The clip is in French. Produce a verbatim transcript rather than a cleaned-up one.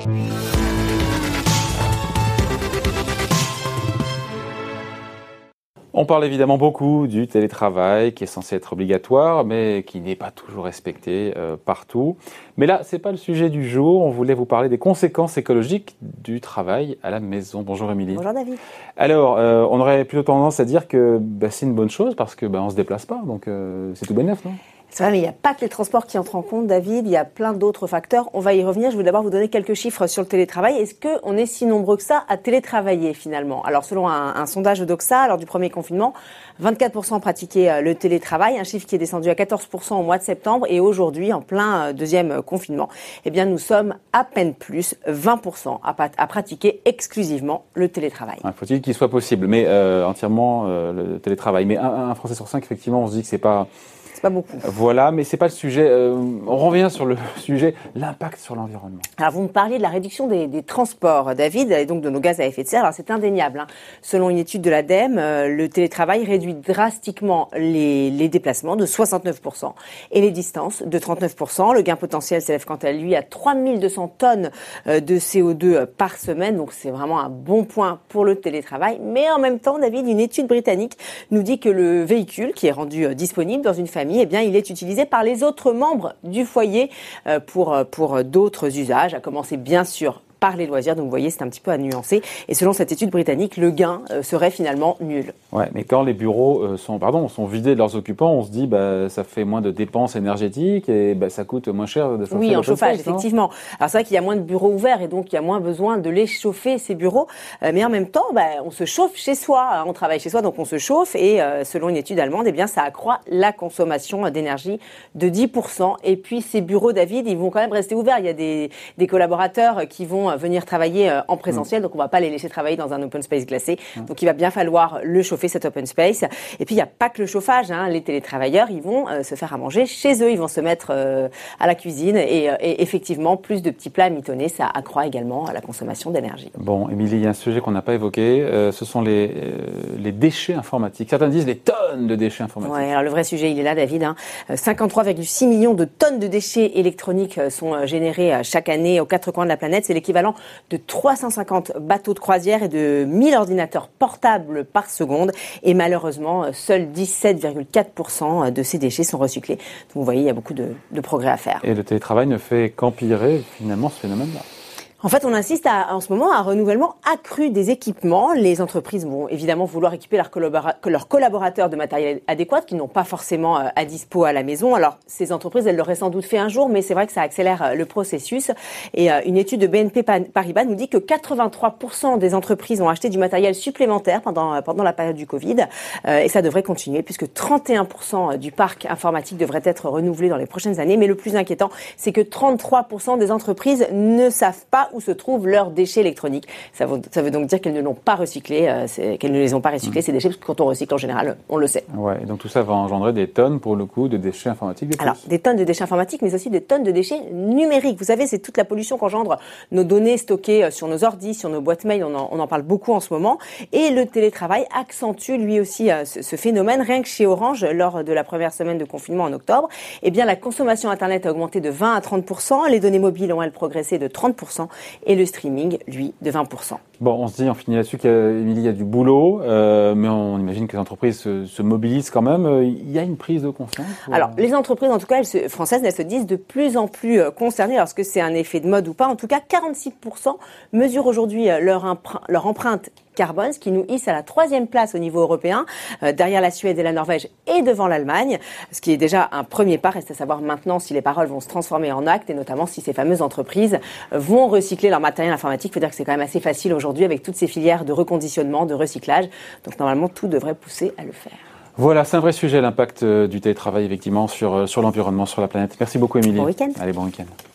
On parle évidemment beaucoup du télétravail qui est censé être obligatoire, mais qui n'est pas toujours respecté euh, partout. Mais là, c'est pas le sujet du jour. On voulait vous parler des conséquences écologiques du travail à la maison. Bonjour Émilie. Bonjour David. Alors, euh, on aurait plutôt tendance à dire que bah, c'est une bonne chose parce que bah, on se déplace pas, donc euh, c'est tout bénef, non ? C'est vrai, mais il n'y a pas que les transports qui entrent en compte, David. Il y a plein d'autres facteurs. On va y revenir. Je veux d'abord vous donner quelques chiffres sur le télétravail. Est-ce qu'on est si nombreux que ça à télétravailler finalement ? Alors, selon un, un sondage de Doxa, lors du premier confinement, vingt-quatre pour cent pratiquaient le télétravail, un chiffre qui est descendu à quatorze pour cent au mois de septembre. Et aujourd'hui, en plein deuxième confinement, eh bien, nous sommes à peine plus, vingt pour cent à, à pratiquer exclusivement le télétravail. Ouais, faut-il qu'il soit possible, mais euh, entièrement euh, le télétravail. Mais un, un Français sur cinq, effectivement, on se dit que c'est pas... Pas beaucoup. Voilà, mais c'est pas le sujet. Euh, on revient sur le sujet, l'impact sur l'environnement. Alors, vous me parliez de la réduction des, des transports, David, et donc de nos gaz à effet de serre. Alors, c'est indéniable. Hein. Selon une étude de l'ADEME, euh, le télétravail réduit drastiquement les, les déplacements de soixante-neuf pour cent et les distances de trente-neuf pour cent. Le gain potentiel s'élève quant à lui à trois mille deux cents tonnes de C O deux par semaine. Donc, c'est vraiment un bon point pour le télétravail. Mais en même temps, David, une étude britannique nous dit que le véhicule qui est rendu euh, disponible dans une famille, eh bien, il est utilisé par les autres membres du foyer euh, pour, pour d'autres usages, à commencer bien sûr par les loisirs. Donc vous voyez, c'est un petit peu à nuancer. Et selon cette étude britannique, le gain euh, serait finalement nul. Ouais, mais quand les bureaux euh, sont, pardon, sont vidés de leurs occupants, on se dit bah ça fait moins de dépenses énergétiques et bah, ça coûte moins cher de chauffer. Oui, en chauffage, space, effectivement. Alors c'est vrai qu'il y a moins de bureaux ouverts et donc il y a moins besoin de les chauffer, ces bureaux. Euh, mais en même temps, bah, on se chauffe chez soi. On travaille chez soi, donc on se chauffe. Et euh, selon une étude allemande, eh bien, ça accroît la consommation d'énergie de dix pour cent. Et puis ces bureaux, David, ils vont quand même rester ouverts. Il y a des, des collaborateurs qui vont venir travailler en présentiel, donc on va pas les laisser travailler dans un open space glacé. Donc il va bien falloir le chauffer, cet open space. Et puis il n'y a pas que le chauffage, hein. Les télétravailleurs, ils vont euh, se faire à manger chez eux, ils vont se mettre euh, à la cuisine et, euh, et effectivement, plus de petits plats mitonnés, ça accroît également la consommation d'énergie. Bon, Émilie, il y a un sujet qu'on n'a pas évoqué, euh, ce sont les, euh, les déchets informatiques. Certains disent les tonnes de déchets informatiques. Ouais, alors le vrai sujet, il est là, David. Hein. cinquante-trois virgule six millions de tonnes de déchets électroniques sont générés chaque année aux quatre coins de la planète. C'est l'équivalent de trois cent cinquante bateaux de croisière et de mille ordinateurs portables par seconde. Et malheureusement, seuls dix-sept virgule quatre pour cent de ces déchets sont recyclés. Donc vous voyez, il y a beaucoup de, de progrès à faire. Et le télétravail ne fait qu'empirer finalement ce phénomène-là. En fait, on assiste à, en ce moment à un renouvellement accru des équipements. Les entreprises vont évidemment vouloir équiper leurs, collabora- leurs collaborateurs de matériel adéquat qu'ils n'ont pas forcément à dispo à la maison. Alors, ces entreprises, elles l'auraient sans doute fait un jour, mais c'est vrai que ça accélère le processus. Et euh, une étude de B N P Paribas nous dit que quatre-vingt-trois pour cent des entreprises ont acheté du matériel supplémentaire pendant, pendant la période du Covid. Euh, et ça devrait continuer puisque trente et un pour cent du parc informatique devrait être renouvelé dans les prochaines années. Mais le plus inquiétant, c'est que trente-trois pour cent des entreprises ne savent pas où se trouvent leurs déchets électroniques. Ça veut, ça veut donc dire qu'elles ne l'ont pas recyclé, euh, c'est, qu'elles ne les ont pas recyclés, mmh. ces déchets, parce que quand on recycle en général, on le sait. Ouais, et donc tout ça va engendrer des tonnes, pour le coup, de déchets informatiques. De Alors, des tonnes de déchets informatiques, mais aussi des tonnes de déchets numériques. Vous savez, c'est toute la pollution qu'engendrent nos données stockées sur nos ordis, sur nos boîtes mail, on en, on en parle beaucoup en ce moment. Et le télétravail accentue lui aussi euh, ce, ce phénomène. Rien que chez Orange, lors de la première semaine de confinement en octobre, eh bien, la consommation Internet a augmenté de vingt à trente pour cent, les données mobiles ont, elles, progressé de trente pour cent, et le streaming, lui, de vingt pour cent. Bon, on se dit, on finit là-dessus qu'Émilie, il y a du boulot, euh, mais on imagine que les entreprises se, se mobilisent quand même. Il y a une prise de conscience ou... Alors, les entreprises, en tout cas, elles se, françaises, elles se disent de plus en plus concernées. Alors, est-ce que c'est un effet de mode ou pas? En tout cas, quarante-six pour cent mesurent aujourd'hui leur, empr- leur empreinte carbone, ce qui nous hisse à la troisième place au niveau européen, euh, derrière la Suède et la Norvège et devant l'Allemagne, ce qui est déjà un premier pas. Reste à savoir maintenant si les paroles vont se transformer en actes et notamment si ces fameuses entreprises vont recycler leur matériel informatique. Il faut dire que c'est quand même assez facile aujourd'hui avec toutes ces filières de reconditionnement, de recyclage. Donc normalement, tout devrait pousser à le faire. Voilà, c'est un vrai sujet, l'impact du télétravail, effectivement, sur, sur l'environnement, sur la planète. Merci beaucoup, Émilie. Bon week-end. Allez, bon week-end.